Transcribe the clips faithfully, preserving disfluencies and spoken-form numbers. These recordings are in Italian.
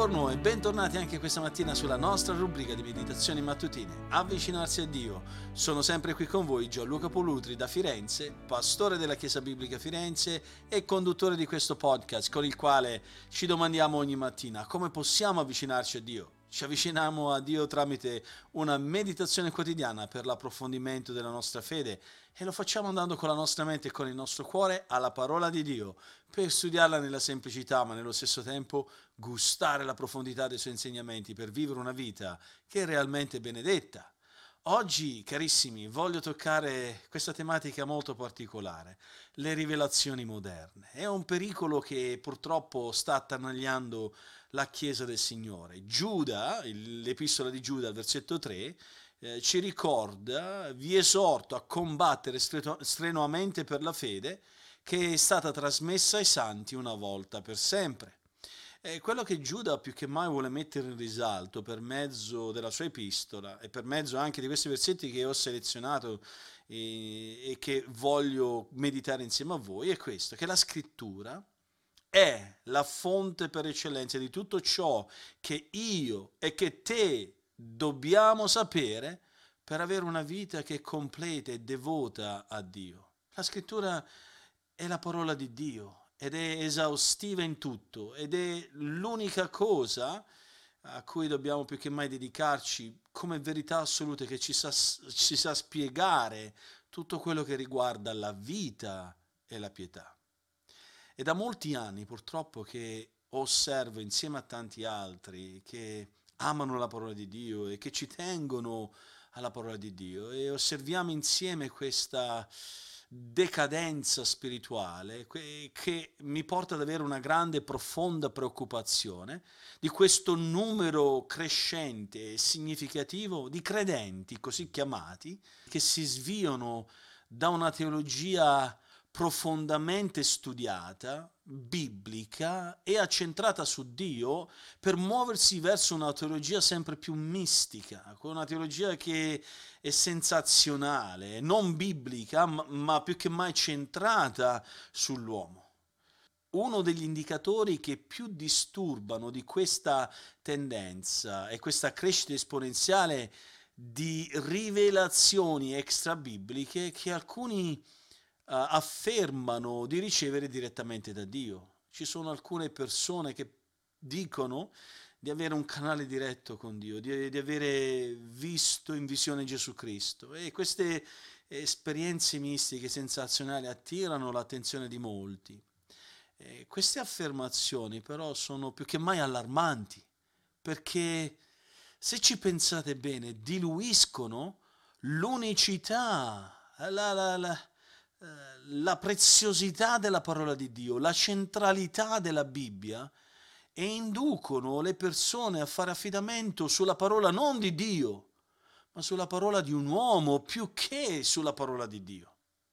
Buongiorno e bentornati anche questa mattina sulla nostra rubrica di meditazioni mattutine, Avvicinarsi a Dio. Sono sempre qui con voi Gianluca Polutri da Firenze, pastore della Chiesa Biblica Firenze e conduttore di questo podcast con il quale ci domandiamo ogni mattina come possiamo avvicinarci a Dio. Ci avviciniamo a Dio tramite una meditazione quotidiana per l'approfondimento della nostra fede e lo facciamo andando con la nostra mente e con il nostro cuore alla parola di Dio per studiarla nella semplicità ma nello stesso tempo gustare la profondità dei suoi insegnamenti per vivere una vita che è realmente benedetta. Oggi, carissimi, voglio toccare questa tematica molto particolare, le rivelazioni moderne. È un pericolo che purtroppo sta attanagliando la Chiesa del Signore. Giuda, l'epistola di Giuda, al versetto tre, eh, ci ricorda, vi esorto a combattere strenuamente per la fede che è stata trasmessa ai santi una volta per sempre. E quello che Giuda più che mai vuole mettere in risalto per mezzo della sua epistola e per mezzo anche di questi versetti che ho selezionato e, e che voglio meditare insieme a voi è questo, che la scrittura è la fonte per eccellenza di tutto ciò che io e che te dobbiamo sapere per avere una vita che è completa e devota a Dio. La scrittura è la parola di Dio ed è esaustiva in tutto ed è l'unica cosa a cui dobbiamo più che mai dedicarci come verità assolute che ci sa, ci sa spiegare tutto quello che riguarda la vita e la pietà. È da molti anni purtroppo che osservo insieme a tanti altri che amano la parola di Dio e che ci tengono alla parola di Dio e osserviamo insieme questa decadenza spirituale che mi porta ad avere una grande e profonda preoccupazione di questo numero crescente e significativo di credenti così chiamati che si sviano da una teologia profondamente studiata, biblica e accentrata su Dio per muoversi verso una teologia sempre più mistica, una teologia che è sensazionale, non biblica, ma, ma più che mai centrata sull'uomo. Uno degli indicatori che più disturbano di questa tendenza e questa crescita esponenziale di rivelazioni extrabibliche che alcuni Uh, affermano di ricevere direttamente da Dio. Ci sono alcune persone che dicono di avere un canale diretto con Dio, di, di avere visto in visione Gesù Cristo e queste esperienze mistiche sensazionali attirano l'attenzione di molti. E queste affermazioni però sono più che mai allarmanti perché se ci pensate bene diluiscono l'unicità, la, la, la la preziosità della parola di Dio, la centralità della Bibbia e inducono le persone a fare affidamento sulla parola non di Dio, ma sulla parola di un uomo più che sulla parola di Dio.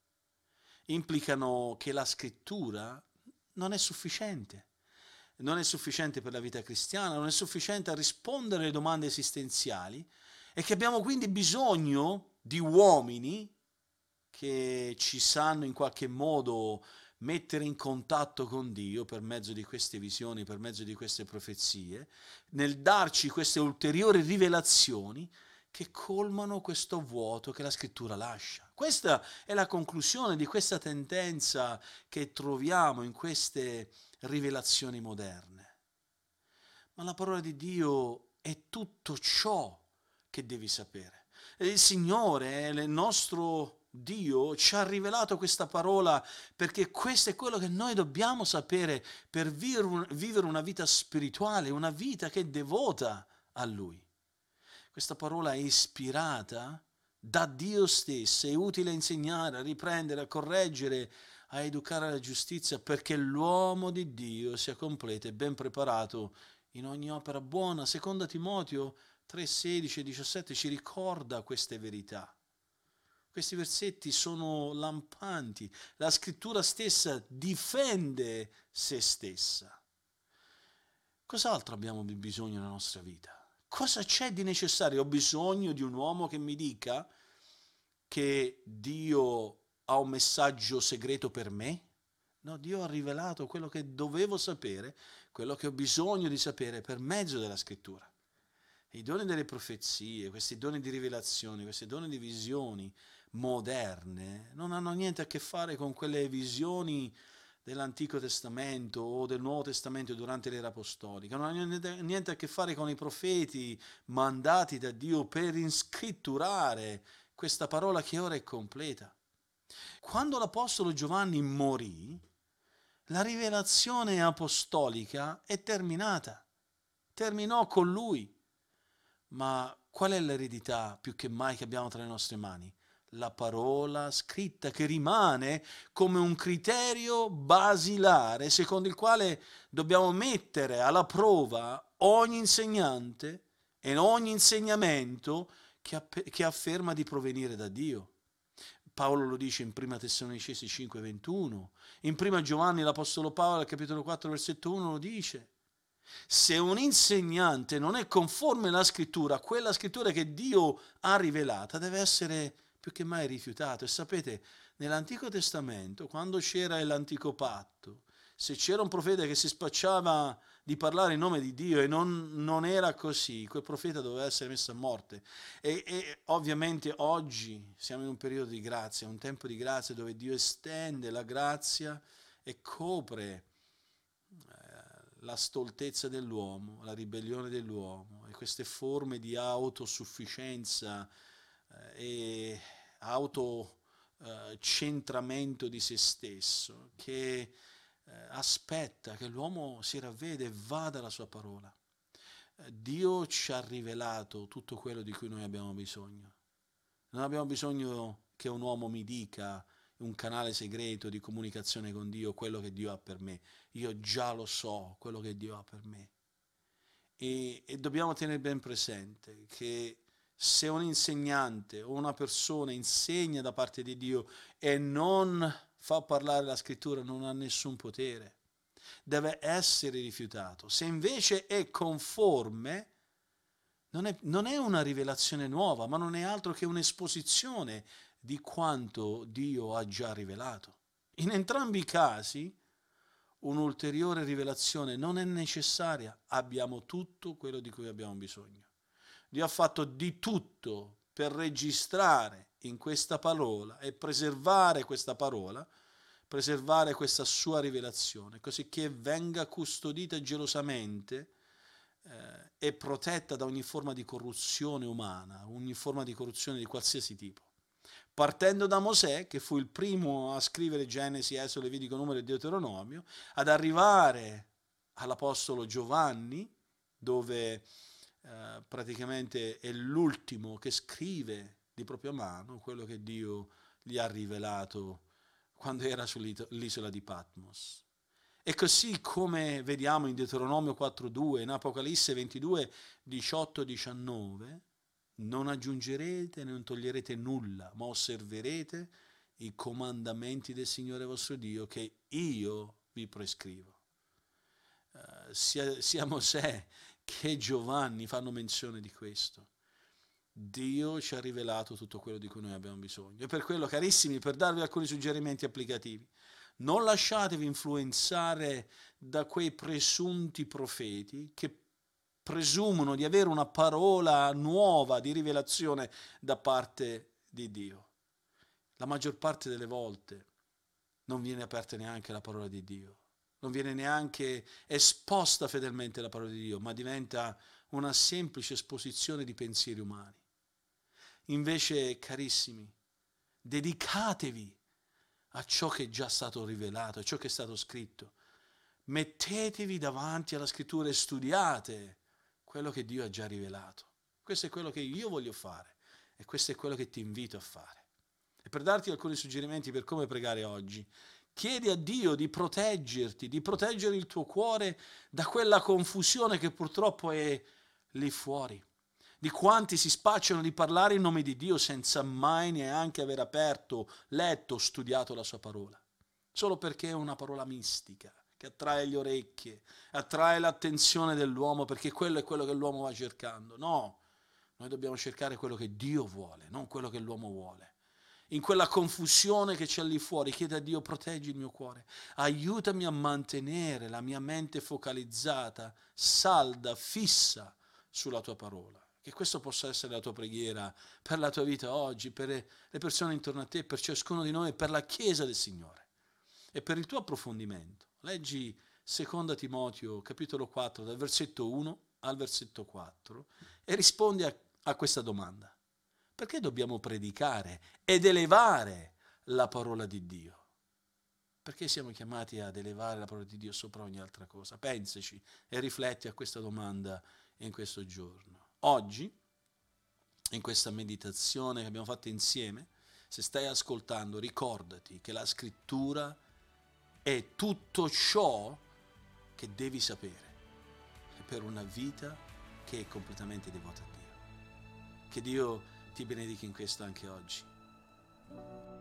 Implicano che la scrittura non è sufficiente, non è sufficiente per la vita cristiana, non è sufficiente a rispondere alle domande esistenziali e che abbiamo quindi bisogno di uomini che ci sanno in qualche modo mettere in contatto con Dio per mezzo di queste visioni, per mezzo di queste profezie, nel darci queste ulteriori rivelazioni che colmano questo vuoto che la scrittura lascia. Questa è la conclusione di questa tendenza che troviamo in queste rivelazioni moderne. Ma la parola di Dio è tutto ciò che devi sapere. Il Signore è il nostro Dio ci ha rivelato questa parola perché questo è quello che noi dobbiamo sapere per vivere una vita spirituale, una vita che è devota a Lui. Questa parola è ispirata da Dio stesso, è utile a insegnare, a riprendere, a correggere, a educare alla giustizia perché l'uomo di Dio sia completo e ben preparato in ogni opera buona. Seconda Timoteo tre, sedici e diciassette ci ricorda queste verità. Questi versetti sono lampanti, la scrittura stessa difende se stessa. Cos'altro abbiamo bisogno nella nostra vita? Cosa c'è di necessario? Ho bisogno di un uomo che mi dica che Dio ha un messaggio segreto per me? No, Dio ha rivelato quello che dovevo sapere, quello che ho bisogno di sapere per mezzo della scrittura. I doni delle profezie, questi doni di rivelazione, questi doni di visioni moderne non hanno niente a che fare con quelle visioni dell'Antico Testamento o del Nuovo Testamento durante l'era apostolica, non hanno niente a che fare con i profeti mandati da Dio per inscritturare questa parola che ora è completa. Quando l'Apostolo Giovanni morì, la rivelazione apostolica è terminata, terminò con lui. Ma qual è l'eredità più che mai che abbiamo tra le nostre mani? La parola scritta, che rimane come un criterio basilare secondo il quale dobbiamo mettere alla prova ogni insegnante e ogni insegnamento che, che afferma di provenire da Dio. Paolo lo dice in prima Tessalonicesi cinque ventuno, in prima Giovanni l'Apostolo Paolo al capitolo quattro versetto uno lo dice. Se un insegnante non è conforme alla scrittura, quella scrittura che Dio ha rivelata, deve essere più che mai rifiutato. E sapete, nell'Antico Testamento, quando c'era l'Antico Patto, se c'era un profeta che si spacciava di parlare in nome di Dio e non, non era così, quel profeta doveva essere messo a morte. E, e ovviamente oggi siamo in un periodo di grazia, un tempo di grazia dove Dio estende la grazia e copre la stoltezza dell'uomo, la ribellione dell'uomo e queste forme di autosufficienza eh, e autocentramento eh, di se stesso che eh, aspetta che l'uomo si ravveda e vada alla sua parola. Eh, Dio ci ha rivelato tutto quello di cui noi abbiamo bisogno. Non abbiamo bisogno che un uomo mi dica un canale segreto di comunicazione con Dio, quello che Dio ha per me. Io già lo so, quello che Dio ha per me. E, e dobbiamo tenere ben presente che se un insegnante o una persona insegna da parte di Dio e non fa parlare la scrittura, non ha nessun potere. Deve essere rifiutato. Se invece è conforme, non è, non è una rivelazione nuova, ma non è altro che un'esposizione di quanto Dio ha già rivelato. In entrambi i casi un'ulteriore rivelazione non è necessaria, abbiamo tutto quello di cui abbiamo bisogno. Dio ha fatto di tutto per registrare in questa parola e preservare questa parola, preservare questa sua rivelazione, così che venga custodita gelosamente eh, e protetta da ogni forma di corruzione umana, ogni forma di corruzione di qualsiasi tipo. Partendo da Mosè, che fu il primo a scrivere Genesi, Esodo, Levitico, Numero e Deuteronomio, ad arrivare all'Apostolo Giovanni, dove eh, praticamente è l'ultimo che scrive di propria mano quello che Dio gli ha rivelato quando era sull'isola di Patmos. E così come vediamo in Deuteronomio quattro due, in Apocalisse ventidue diciotto diciannove, non aggiungerete né non toglierete nulla, ma osserverete i comandamenti del Signore vostro Dio che io vi prescrivo. Uh, sia, sia Mosè che Giovanni fanno menzione di questo. Dio ci ha rivelato tutto quello di cui noi abbiamo bisogno. E per quello, carissimi, per darvi alcuni suggerimenti applicativi, non lasciatevi influenzare da quei presunti profeti che presumono di avere una parola nuova di rivelazione da parte di Dio. La maggior parte delle volte non viene aperta neanche la parola di Dio, non viene neanche esposta fedelmente la parola di Dio, ma diventa una semplice esposizione di pensieri umani. Invece, carissimi, dedicatevi a ciò che è già stato rivelato, a ciò che è stato scritto. Mettetevi davanti alla scrittura e studiate quello che Dio ha già rivelato. Questo è quello che io voglio fare e questo è quello che ti invito a fare. E per darti alcuni suggerimenti per come pregare oggi, chiedi a Dio di proteggerti, di proteggere il tuo cuore da quella confusione che purtroppo è lì fuori, di quanti si spacciano di parlare in nome di Dio senza mai neanche aver aperto, letto, studiato la sua parola, solo perché è una parola mistica che attrae le orecchie, attrae l'attenzione dell'uomo, perché quello è quello che l'uomo va cercando. No, noi dobbiamo cercare quello che Dio vuole, non quello che l'uomo vuole. In quella confusione che c'è lì fuori, chiede a Dio: proteggi il mio cuore, aiutami a mantenere la mia mente focalizzata, salda, fissa sulla tua parola. Che questo possa essere la tua preghiera per la tua vita oggi, per le persone intorno a te, per ciascuno di noi, per la Chiesa del Signore e per il tuo approfondimento. Leggi seconda Timoteo capitolo quattro dal versetto uno al versetto quattro e rispondi a, a questa domanda: perché dobbiamo predicare ed elevare la parola di Dio? Perché siamo chiamati ad elevare la parola di Dio sopra ogni altra cosa? Pensaci e rifletti a questa domanda in questo giorno. Oggi, in questa meditazione che abbiamo fatto insieme, se stai ascoltando, ricordati che la scrittura è tutto ciò che devi sapere per una vita che è completamente devota a Dio. Che Dio ti benedica in questo anche oggi.